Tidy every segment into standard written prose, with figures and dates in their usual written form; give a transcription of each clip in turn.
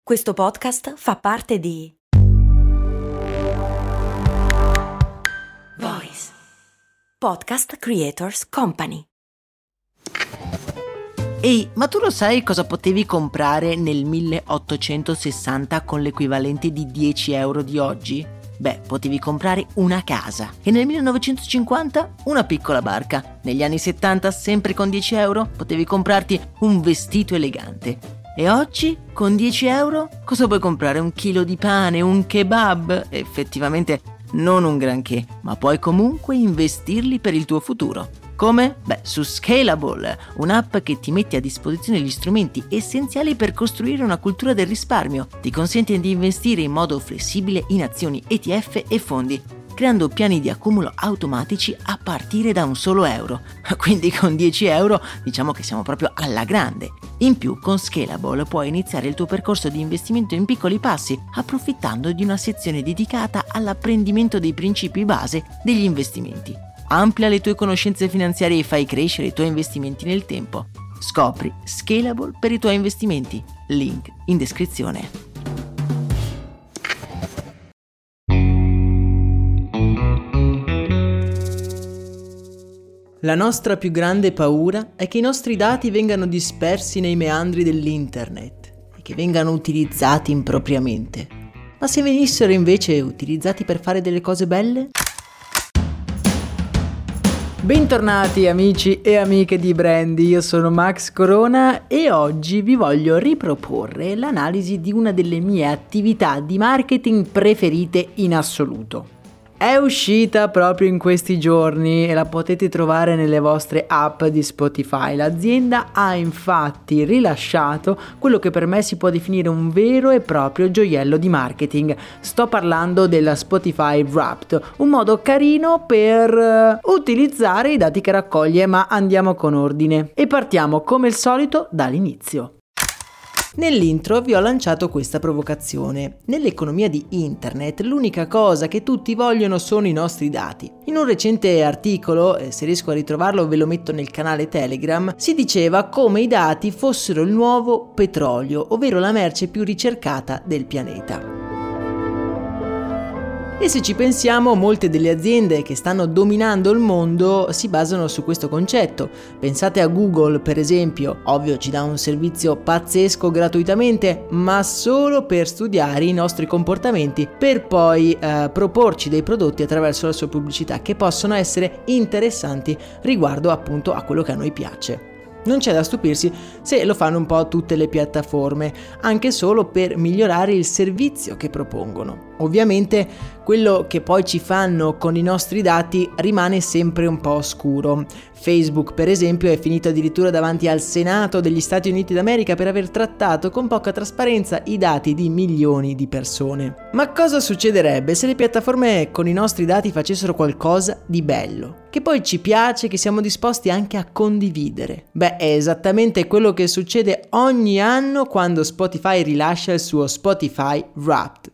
Questo podcast fa parte di Voice Podcast Creators Company. Ehi, ma tu lo sai cosa potevi comprare nel 1860 con l'equivalente di 10 euro di oggi? Beh, potevi comprare una casa e nel 1950 una piccola barca. Negli anni 70, sempre con 10 euro, potevi comprarti un vestito elegante. E oggi, con 10 euro, cosa puoi comprare? Un chilo di pane, un kebab? Effettivamente non un granché, ma puoi comunque investirli per il tuo futuro. Come? Beh, su Scalable, un'app che ti mette a disposizione gli strumenti essenziali per costruire una cultura del risparmio. Ti consente di investire in modo flessibile in azioni, ETF e fondi, creando piani di accumulo automatici a partire da un solo euro. Quindi con 10 euro diciamo che siamo proprio alla grande. In più, con Scalable puoi iniziare il tuo percorso di investimento in piccoli passi, approfittando di una sezione dedicata all'apprendimento dei principi base degli investimenti. Amplia le tue conoscenze finanziarie e fai crescere i tuoi investimenti nel tempo. Scopri Scalable per i tuoi investimenti. Link in descrizione. La nostra più grande paura è che i nostri dati vengano dispersi nei meandri dell'internet e che vengano utilizzati impropriamente. Ma se venissero invece utilizzati per fare delle cose belle? Bentornati amici e amiche di Brandy, io sono Max Corona e oggi vi voglio riproporre l'analisi di una delle mie attività di marketing preferite in assoluto. È uscita proprio in questi giorni e la potete trovare nelle vostre app di Spotify. L'azienda ha infatti rilasciato quello che per me si può definire un vero e proprio gioiello di marketing. Sto parlando della Spotify Wrapped, un modo carino per utilizzare i dati che raccoglie, ma andiamo con ordine. E partiamo come al solito dall'inizio. Nell'intro vi ho lanciato questa provocazione. Nell'economia di internet l'unica cosa che tutti vogliono sono i nostri dati. In un recente articolo, se riesco a ritrovarlo ve lo metto nel canale Telegram, si diceva come i dati fossero il nuovo petrolio, ovvero la merce più ricercata del pianeta. E se ci pensiamo, molte delle aziende che stanno dominando il mondo si basano su questo concetto. Pensate a Google, per esempio, ovvio ci dà un servizio pazzesco gratuitamente, ma solo per studiare i nostri comportamenti, per poi proporci dei prodotti attraverso la sua pubblicità che possono essere interessanti riguardo appunto a quello che a noi piace. Non c'è da stupirsi se lo fanno un po' tutte le piattaforme, anche solo per migliorare il servizio che propongono. Ovviamente quello che poi ci fanno con i nostri dati rimane sempre un po' oscuro. Facebook, per esempio, è finito addirittura davanti al Senato degli Stati Uniti d'America per aver trattato con poca trasparenza i dati di milioni di persone. Ma cosa succederebbe se le piattaforme con i nostri dati facessero qualcosa di bello, che poi ci piace, che siamo disposti anche a condividere? Beh, è esattamente quello che succede ogni anno quando Spotify rilascia il suo Spotify Wrapped,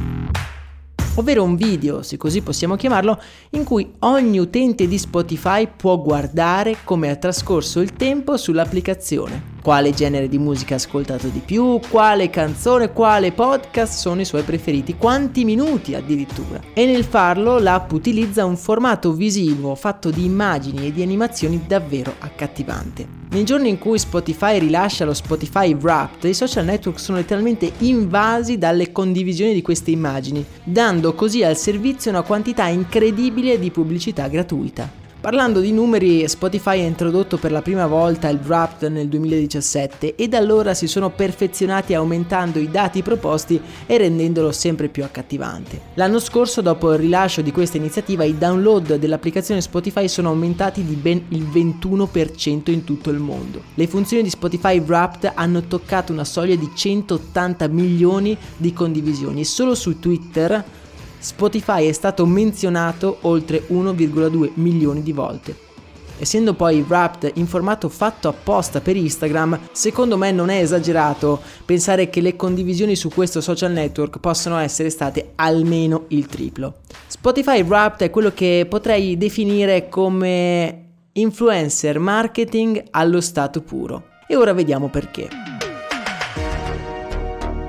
ovvero un video, se così possiamo chiamarlo, in cui ogni utente di Spotify può guardare come ha trascorso il tempo sull'applicazione, quale genere di musica ha ascoltato di più, quale canzone, quale podcast sono i suoi preferiti, quanti minuti addirittura. E nel farlo l'app utilizza un formato visivo fatto di immagini e di animazioni davvero accattivante. Nei giorni in cui Spotify rilascia lo Spotify Wrapped, i social network sono letteralmente invasi dalle condivisioni di queste immagini, dando così al servizio una quantità incredibile di pubblicità gratuita. Parlando di numeri, Spotify ha introdotto per la prima volta il Wrapped nel 2017 e da allora si sono perfezionati aumentando i dati proposti e rendendolo sempre più accattivante. L'anno scorso, dopo il rilascio di questa iniziativa, i download dell'applicazione Spotify sono aumentati di ben il 21% in tutto il mondo. Le funzioni di Spotify Wrapped hanno toccato una soglia di 180 milioni di condivisioni e solo su Twitter Spotify è stato menzionato oltre 1,2 milioni di volte. Essendo poi Wrapped in formato fatto apposta per Instagram, secondo me non è esagerato pensare che le condivisioni su questo social network possano essere state almeno il triplo. Spotify Wrapped è quello che potrei definire come influencer marketing allo stato puro. E ora vediamo perché.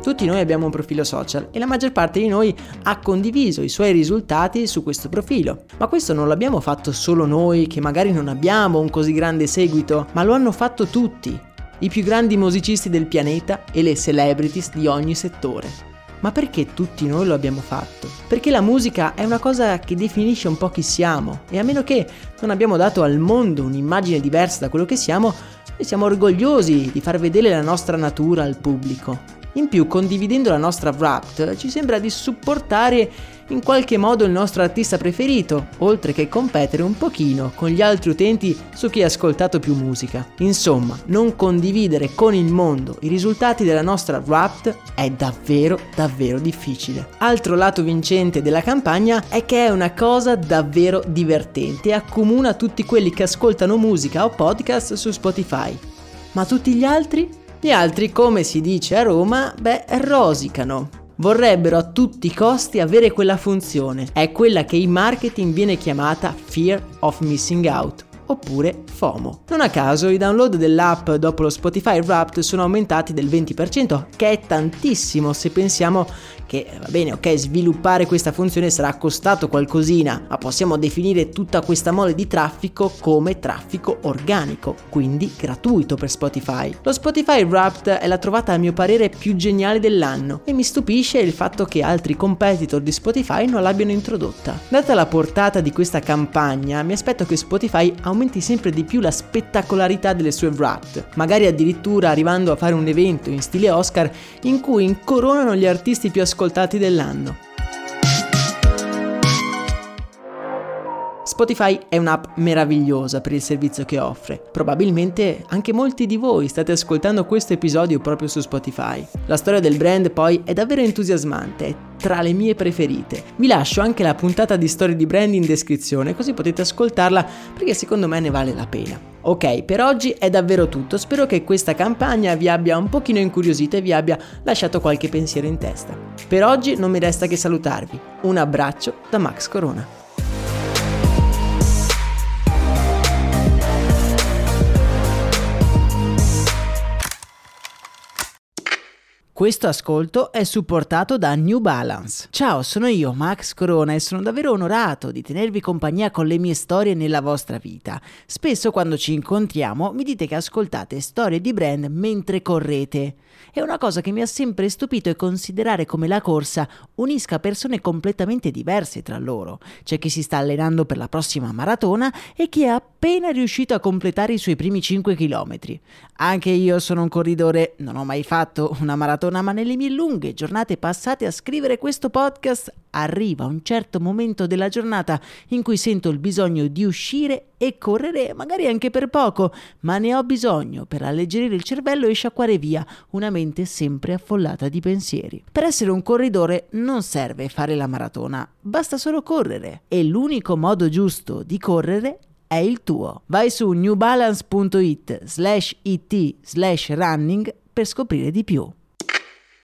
Tutti noi abbiamo un profilo social e la maggior parte di noi ha condiviso i suoi risultati su questo profilo. Ma questo non l'abbiamo fatto solo noi, che magari non abbiamo un così grande seguito, ma lo hanno fatto tutti, i più grandi musicisti del pianeta e le celebrities di ogni settore. Ma perché tutti noi lo abbiamo fatto? Perché la musica è una cosa che definisce un po' chi siamo, e a meno che non abbiamo dato al mondo un'immagine diversa da quello che siamo, noi siamo orgogliosi di far vedere la nostra natura al pubblico. In più, condividendo la nostra Wrapped, ci sembra di supportare in qualche modo il nostro artista preferito, oltre che competere un pochino con gli altri utenti su chi ha ascoltato più musica. Insomma, non condividere con il mondo i risultati della nostra Wrapped è davvero difficile. Altro lato vincente della campagna è che è una cosa davvero divertente e accomuna tutti quelli che ascoltano musica o podcast su Spotify. Ma tutti gli altri? Gli altri, come si dice a Roma, rosicano. Vorrebbero a tutti i costi avere quella funzione. È quella che in marketing viene chiamata Fear of Missing Out, oppure FOMO. Non a caso i download dell'app dopo lo Spotify Wrapped sono aumentati del 20%, che è tantissimo se pensiamo che, va bene, ok, sviluppare questa funzione sarà costato qualcosina, ma possiamo definire tutta questa mole di traffico come traffico organico, quindi gratuito per Spotify. Lo Spotify Wrapped è la trovata a mio parere più geniale dell'anno e mi stupisce il fatto che altri competitor di Spotify non l'abbiano introdotta. Data la portata di questa campagna, mi aspetto che Spotify aumenti sempre di più la spettacolarità delle sue Wrapped, magari addirittura arrivando a fare un evento in stile Oscar in cui incoronano gli artisti più ascoltati dell'anno. Spotify è un'app meravigliosa per il servizio che offre. Probabilmente anche molti di voi state ascoltando questo episodio proprio su Spotify. La storia del brand poi è davvero entusiasmante, è tra le mie preferite. Vi lascio anche la puntata di storie di brand in descrizione, così potete ascoltarla perché secondo me ne vale la pena. Ok, per oggi è davvero tutto, spero che questa campagna vi abbia un pochino incuriosito e vi abbia lasciato qualche pensiero in testa. Per oggi non mi resta che salutarvi. Un abbraccio da Max Corona. Questo ascolto è supportato da New Balance. Ciao, sono io, Max Corona, e sono davvero onorato di tenervi compagnia con le mie storie nella vostra vita. Spesso quando ci incontriamo mi dite che ascoltate storie di brand mentre correte. È una cosa che mi ha sempre stupito, è considerare come la corsa unisca persone completamente diverse tra loro. C'è chi si sta allenando per la prossima maratona e chi è appena riuscito a completare i suoi primi 5 chilometri. Anche io sono un corridore, non ho mai fatto una maratona, ma nelle mie lunghe giornate passate a scrivere questo podcast arriva un certo momento della giornata in cui sento il bisogno di uscire e correre, magari anche per poco, ma ne ho bisogno per alleggerire il cervello e sciacquare via una mente sempre affollata di pensieri. Per essere un corridore non serve fare la maratona, basta solo correre, e l'unico modo giusto di correre è il tuo. Vai su newbalance.it/it/running per scoprire di più.